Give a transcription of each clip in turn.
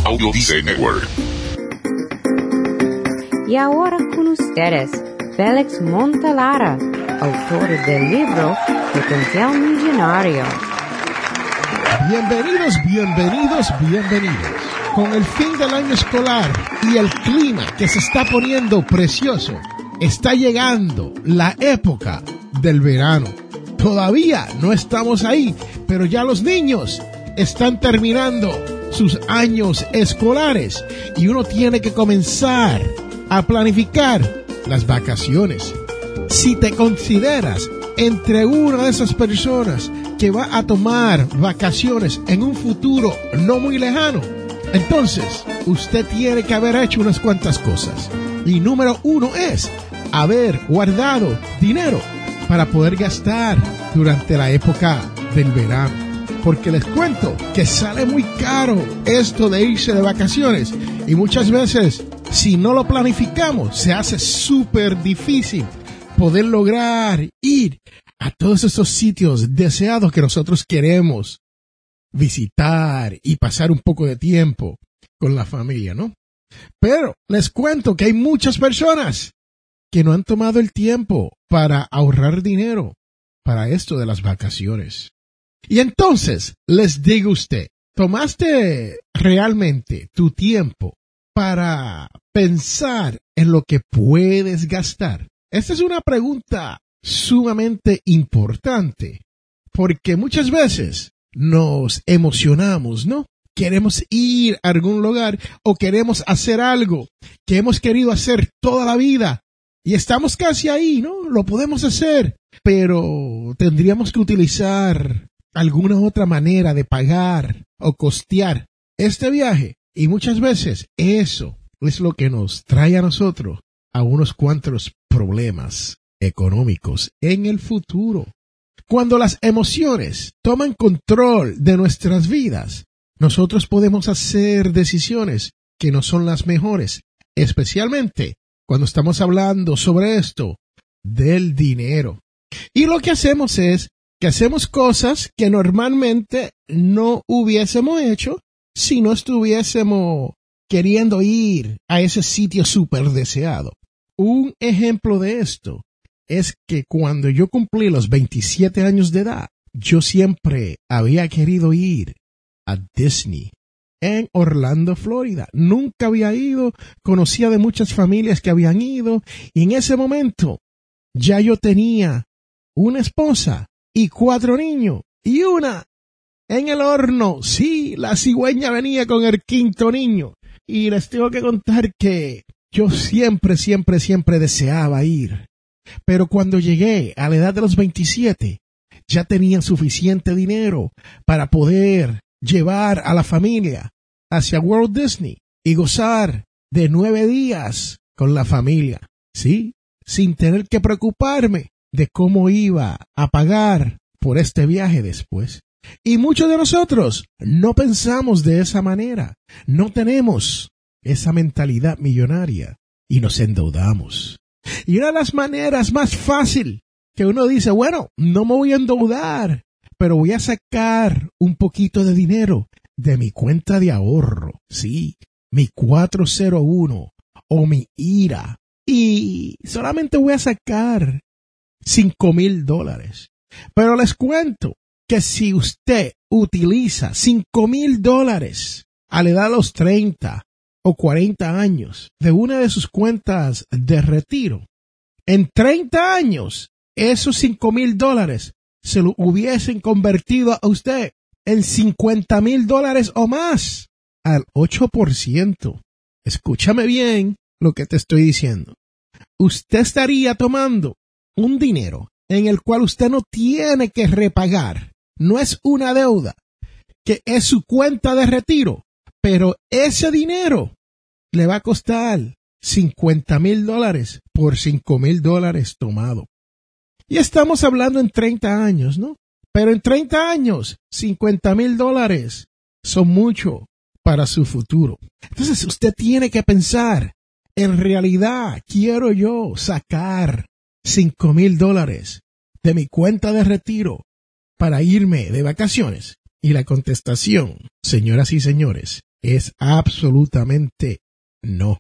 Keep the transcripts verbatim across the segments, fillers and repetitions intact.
Audio Dice Network. Y ahora con ustedes, Félix Montelara, autor del libro Potencial Millonario. Bienvenidos, bienvenidos, bienvenidos. Con el fin del año escolar y el clima que se está poniendo precioso, está llegando la época del verano. Todavía no estamos ahí, pero ya los niños están terminando sus años escolares y uno tiene que comenzar a planificar las vacaciones. Si te consideras entre una de esas personas que va a tomar vacaciones en un futuro no muy lejano, entonces usted tiene que haber hecho unas cuantas cosas. Y número uno es haber guardado dinero para poder gastar durante la época del verano. Porque les cuento que sale muy caro esto de irse de vacaciones. Y muchas veces, si no lo planificamos, se hace súper difícil poder lograr ir a todos esos sitios deseados que nosotros queremos visitar y pasar un poco de tiempo con la familia, ¿no? Pero les cuento que hay muchas personas que no han tomado el tiempo para ahorrar dinero para esto de las vacaciones. Y entonces, les digo a usted, ¿tomaste realmente tu tiempo para pensar en lo que puedes gastar? Esta es una pregunta sumamente importante, porque muchas veces nos emocionamos, ¿no? Queremos ir a algún lugar o queremos hacer algo que hemos querido hacer toda la vida y estamos casi ahí, ¿no? Lo podemos hacer, pero tendríamos que utilizar alguna otra manera de pagar o costear este viaje. Y muchas veces eso es lo que nos trae a nosotros a unos cuantos problemas económicos en el futuro. Cuando las emociones toman control de nuestras vidas, nosotros podemos hacer decisiones que no son las mejores, especialmente cuando estamos hablando sobre esto del dinero. Y lo que hacemos es que hacemos cosas que normalmente no hubiésemos hecho si no estuviésemos queriendo ir a ese sitio súper deseado. Un ejemplo de esto es que cuando yo cumplí los veintisiete años de edad, yo siempre había querido ir a Disney en Orlando, Florida. Nunca había ido, conocía de muchas familias que habían ido y en ese momento ya yo tenía una esposa y cuatro niños y una en el horno. Sí, la cigüeña venía con el quinto niño. Y les tengo que contar que yo siempre, siempre, siempre deseaba ir. Pero cuando llegué a la edad de los veintisiete, ya tenía suficiente dinero para poder llevar a la familia hacia Walt Disney y gozar de nueve días con la familia. Sí, sin tener que preocuparme de cómo iba a pagar por este viaje después. Y muchos de nosotros no pensamos de esa manera, no tenemos esa mentalidad millonaria y nos endeudamos. Y una de las maneras más fácil que uno dice, bueno, no me voy a endeudar, pero voy a sacar un poquito de dinero de mi cuenta de ahorro, sí, mi cuatro cero uno o mi I R A, y solamente voy a sacar cinco mil dólares. Pero les cuento que si usted utiliza cinco mil dólares a la edad de los treinta o cuarenta años de una de sus cuentas de retiro, en treinta años, esos cinco mil dólares se lo hubiesen convertido a usted en cincuenta mil dólares o más, al ocho por ciento. Escúchame bien lo que te estoy diciendo. Usted estaría tomando un dinero en el cual usted no tiene que repagar. No es una deuda, que es su cuenta de retiro, pero ese dinero le va a costar cincuenta mil dólares por cinco mil dólares tomado. Y estamos hablando en treinta años, ¿no? Pero en treinta años, cincuenta mil dólares son mucho para su futuro. Entonces usted tiene que pensar, en realidad quiero yo sacar cinco mil dólares de mi cuenta de retiro para irme de vacaciones. Y la contestación, señoras y señores, es absolutamente no.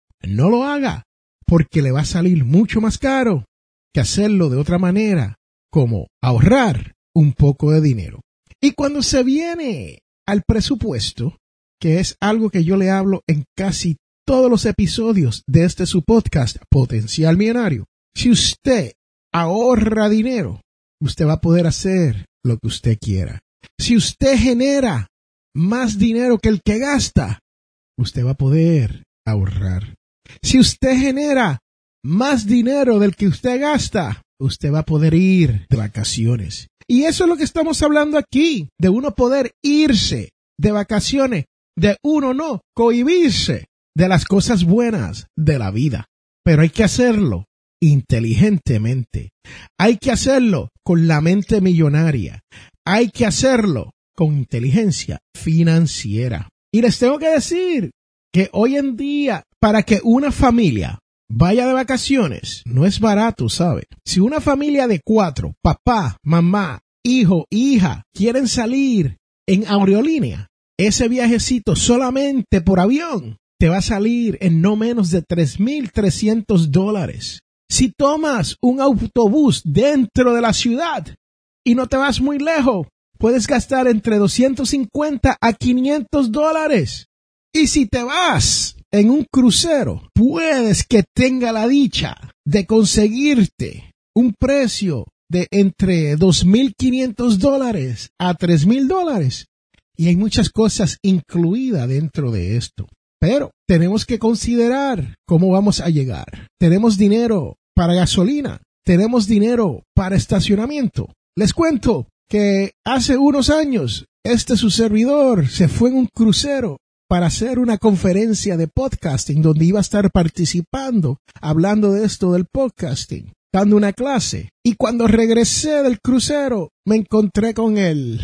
No lo haga, porque le va a salir mucho más caro que hacerlo de otra manera, como ahorrar un poco de dinero. Y cuando se viene al presupuesto, que es algo que yo le hablo en casi todos los episodios de este su podcast, Potencial Millonario, si usted ahorra dinero, usted va a poder hacer lo que usted quiera. Si usted genera más dinero que el que gasta, usted va a poder ahorrar. Si usted genera más dinero del que usted gasta, usted va a poder ir de vacaciones. Y eso es lo que estamos hablando aquí, de uno poder irse de vacaciones, de uno no cohibirse de las cosas buenas de la vida. Pero hay que hacerlo inteligentemente. Hay que hacerlo con la mente millonaria. Hay que hacerlo con inteligencia financiera. Y les tengo que decir que hoy en día, para que una familia vaya de vacaciones, no es barato, ¿sabe? Si una familia de cuatro, papá, mamá, hijo, hija, quieren salir en aerolínea, ese viajecito solamente por avión te va a salir en no menos de tres mil trescientos dólares. Si tomas un autobús dentro de la ciudad y no te vas muy lejos, puedes gastar entre doscientos cincuenta a quinientos dólares. Y si te vas en un crucero, puedes que tenga la dicha de conseguirte un precio de entre dos mil quinientos dólares a tres mil dólares. Y hay muchas cosas incluidas dentro de esto. Pero tenemos que considerar cómo vamos a llegar. Tenemos dinero para gasolina. Tenemos dinero para estacionamiento. Les cuento que hace unos años este su servidor se fue en un crucero para hacer una conferencia de podcasting donde iba a estar participando, hablando de esto del podcasting, dando una clase. Y cuando regresé del crucero me encontré con él.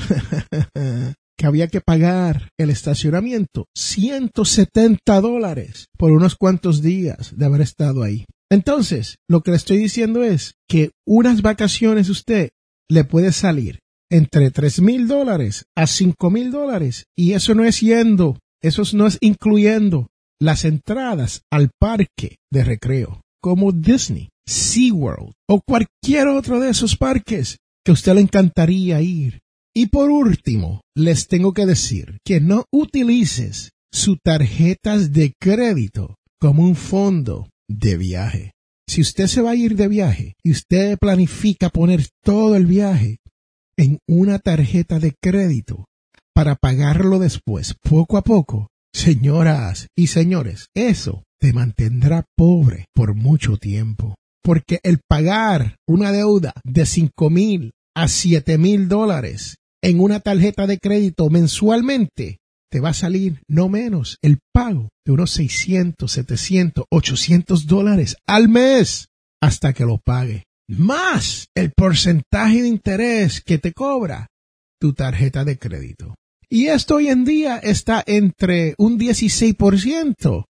Que había que pagar el estacionamiento, ciento setenta dólares por unos cuantos días de haber estado ahí. Entonces, lo que le estoy diciendo es que unas vacaciones usted le puede salir entre tres mil dólares a cinco mil dólares, y eso no es yendo, eso no es incluyendo las entradas al parque de recreo, como Disney, SeaWorld o cualquier otro de esos parques que a usted le encantaría ir. Y por último, les tengo que decir que no utilices sus tarjetas de crédito como un fondo de viaje. Si usted se va a ir de viaje y usted planifica poner todo el viaje en una tarjeta de crédito para pagarlo después, poco a poco, señoras y señores, eso te mantendrá pobre por mucho tiempo. Porque el pagar una deuda de cinco mil a siete mil dólares en una tarjeta de crédito mensualmente, te va a salir no menos el pago de unos seiscientos, setecientos, ochocientos dólares al mes hasta que lo pague. Más el porcentaje de interés que te cobra tu tarjeta de crédito. Y esto hoy en día está entre un dieciséis por ciento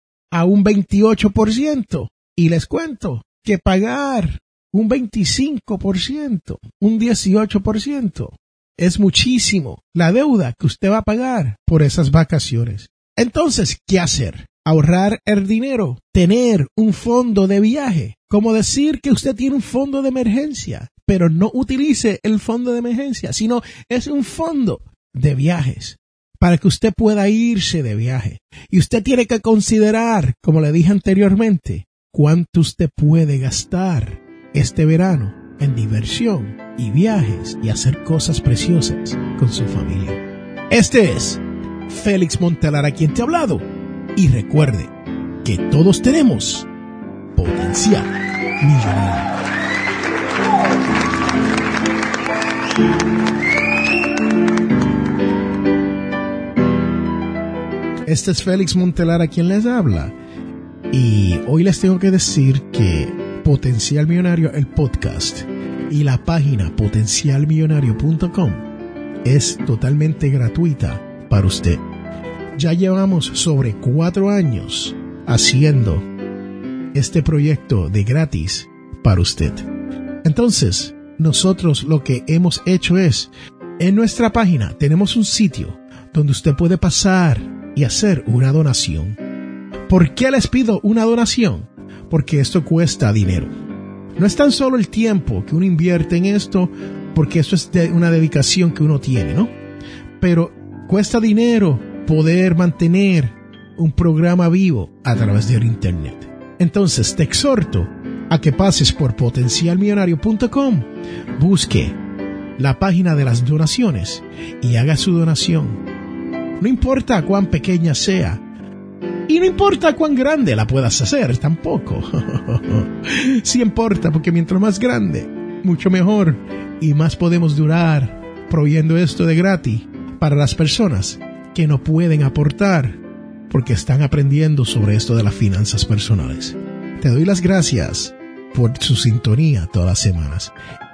a un veintiocho por ciento. Y les cuento que pagar un veinticinco por ciento, un dieciocho por ciento, es muchísimo la deuda que usted va a pagar por esas vacaciones. Entonces, ¿qué hacer? Ahorrar el dinero, tener un fondo de viaje, como decir que usted tiene un fondo de emergencia, pero no utilice el fondo de emergencia, sino es un fondo de viajes para que usted pueda irse de viaje. Y usted tiene que considerar, como le dije anteriormente, cuánto usted puede gastar este verano en diversión y viajes y hacer cosas preciosas con su familia. Este es Félix Montelara quien te ha hablado, y recuerde que todos tenemos potencial millonario. Este es Félix Montelara quien les habla, y hoy les tengo que decir que Potencial Millonario, el podcast, y la página potencial millonario punto com es totalmente gratuita para usted. Ya llevamos sobre cuatro años haciendo este proyecto de gratis para usted. Entonces, nosotros lo que hemos hecho es, en nuestra página tenemos un sitio donde usted puede pasar y hacer una donación. ¿Por qué les pido una donación? Porque esto cuesta dinero. No es tan solo el tiempo que uno invierte en esto, porque eso es de una dedicación que uno tiene, ¿no? Pero cuesta dinero poder mantener un programa vivo a través del internet. Entonces te exhorto a que pases por potencial millonario punto com, busque la página de las donaciones y haga su donación. No importa cuán pequeña sea, y no importa cuán grande la puedas hacer tampoco. Sí importa, porque mientras más grande, mucho mejor, y más podemos durar proveyendo esto de gratis para las personas que no pueden aportar porque están aprendiendo sobre esto de las finanzas personales. Te doy las gracias por su sintonía todas las semanas.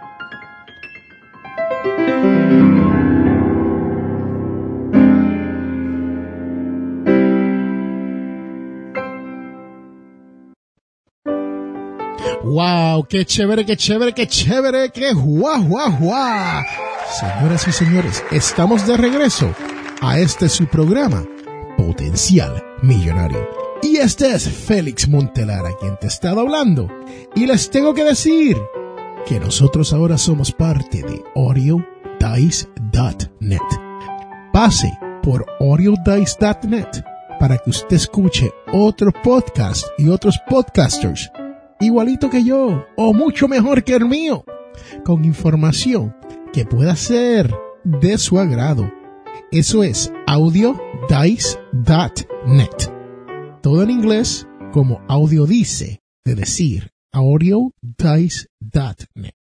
¡Wow! ¡Qué chévere, qué chévere, qué chévere, qué guau, guau, guau! Señoras y señores, estamos de regreso a este su programa, Potencial Millonario. Y este es Félix Montelara quien te está hablando. Y les tengo que decir que nosotros ahora somos parte de audio dice punto net. Pase por audio dice punto net para que usted escuche otro podcast y otros podcasters igualito que yo, o mucho mejor que el mío, con información que pueda ser de su agrado. Eso es audio dice punto net. Todo en inglés, como audio dice, de decir, audio dice punto net.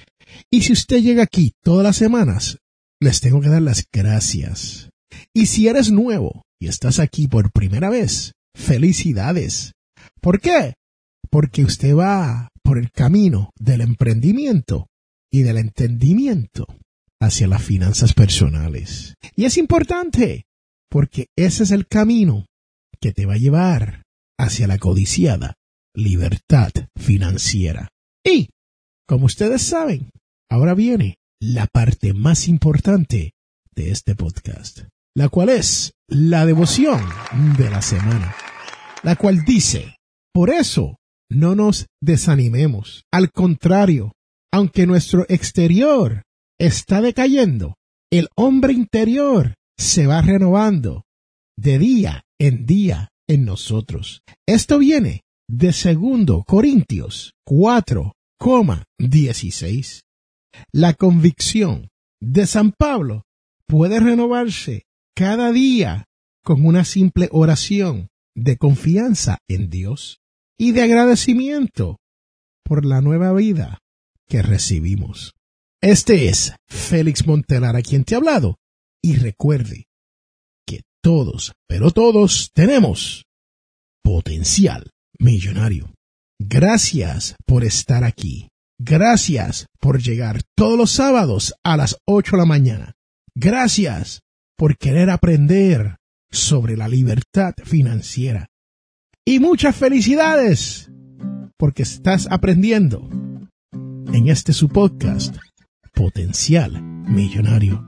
Y si usted llega aquí todas las semanas, les tengo que dar las gracias. Y si eres nuevo y estás aquí por primera vez, felicidades. ¿Por qué? Porque usted va por el camino del emprendimiento y del entendimiento hacia las finanzas personales. Y es importante, porque ese es el camino que te va a llevar hacia la codiciada libertad financiera. Y, como ustedes saben, ahora viene la parte más importante de este podcast, la cual es la devoción de la semana, la cual dice: por eso, no nos desanimemos. Al contrario, aunque nuestro exterior está decayendo, el hombre interior se va renovando de día en día en nosotros. Esto viene de segundo Corintios cuatro dieciséis. La convicción de San Pablo puede renovarse cada día con una simple oración de confianza en Dios y de agradecimiento por la nueva vida que recibimos. Este es Félix Montelara quien te ha hablado, y recuerde que todos, pero todos tenemos potencial millonario. Gracias por estar aquí. Gracias por llegar todos los sábados a las ocho de la mañana. Gracias por querer aprender sobre la libertad financiera. Y muchas felicidades, porque estás aprendiendo en este su podcast, Potencial Millonario.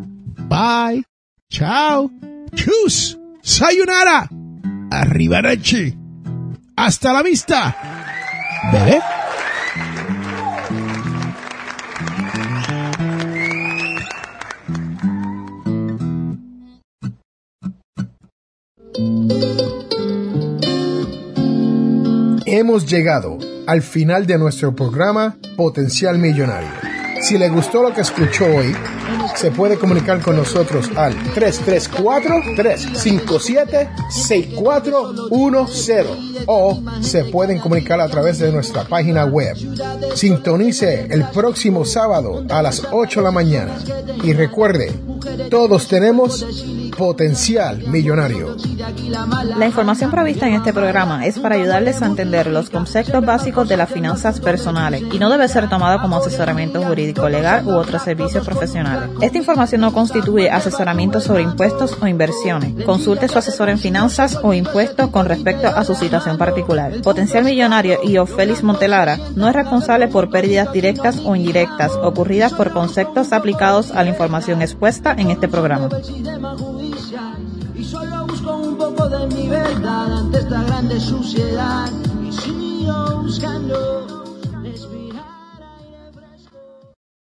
Bye, chao, chus, sayonara, arrivederci, hasta la vista, bebé. Hemos llegado al final de nuestro programa Potencial Millonario. Si le gustó lo que escuchó hoy, se puede comunicar con nosotros al tres tres cuatro, tres cinco siete, seis cuatro uno cero o se pueden comunicar a través de nuestra página web. Sintonice el próximo sábado a las ocho de la mañana y recuerde, todos tenemos potencial millonario. La información provista en este programa es para ayudarles a entender los conceptos básicos de las finanzas personales y no debe ser tomada como asesoramiento jurídico, legal u otros servicios profesionales. Esta información no constituye asesoramiento sobre impuestos o inversiones. Consulte su asesor en finanzas o impuestos con respecto a su situación particular. Potencial Millonario y o Félix Montelara no es responsable por pérdidas directas o indirectas ocurridas por conceptos aplicados a la información expuesta en este programa. Y solo busco un de mi verdad ante esta grande suciedad y sigo buscando desviar.